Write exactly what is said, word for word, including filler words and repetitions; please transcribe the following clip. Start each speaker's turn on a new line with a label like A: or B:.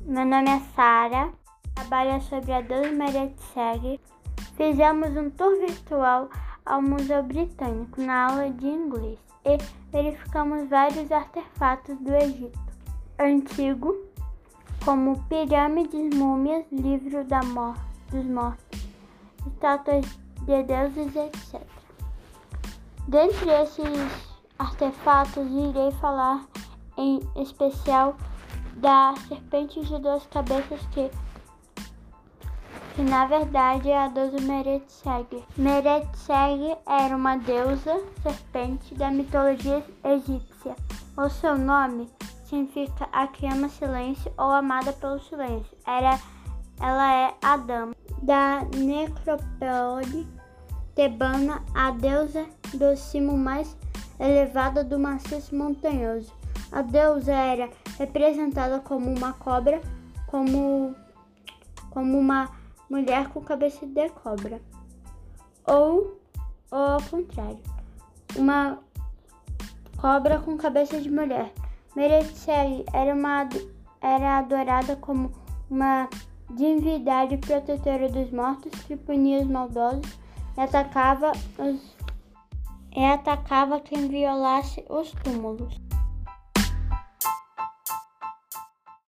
A: Meu nome é Sara, trabalho sobre a deusa Meretsegue. Fizemos um tour virtual ao Museu Britânico na aula de inglês e verificamos vários artefatos do Egito Antigo, como pirâmides, múmias, livro da mor- dos mortos, estátuas de deuses, etcétera. Dentre esses artefatos, irei falar em especial da serpente de duas cabeças que, que na verdade é a deusa Meretsegue. Meretsegue era uma deusa serpente da mitologia egípcia. O seu nome significa a que ama silêncio ou amada pelo silêncio. Era, ela é a dama da necrópole tebana, a deusa do cimo mais elevado do maciço montanhoso. A deusa era representada como uma cobra, como, como uma mulher com cabeça de cobra, ou, ou ao contrário, uma cobra com cabeça de mulher. Meretsegue era, uma, era adorada como uma divindade protetora dos mortos que punia os maldosos e atacava, os, e atacava quem violasse os túmulos.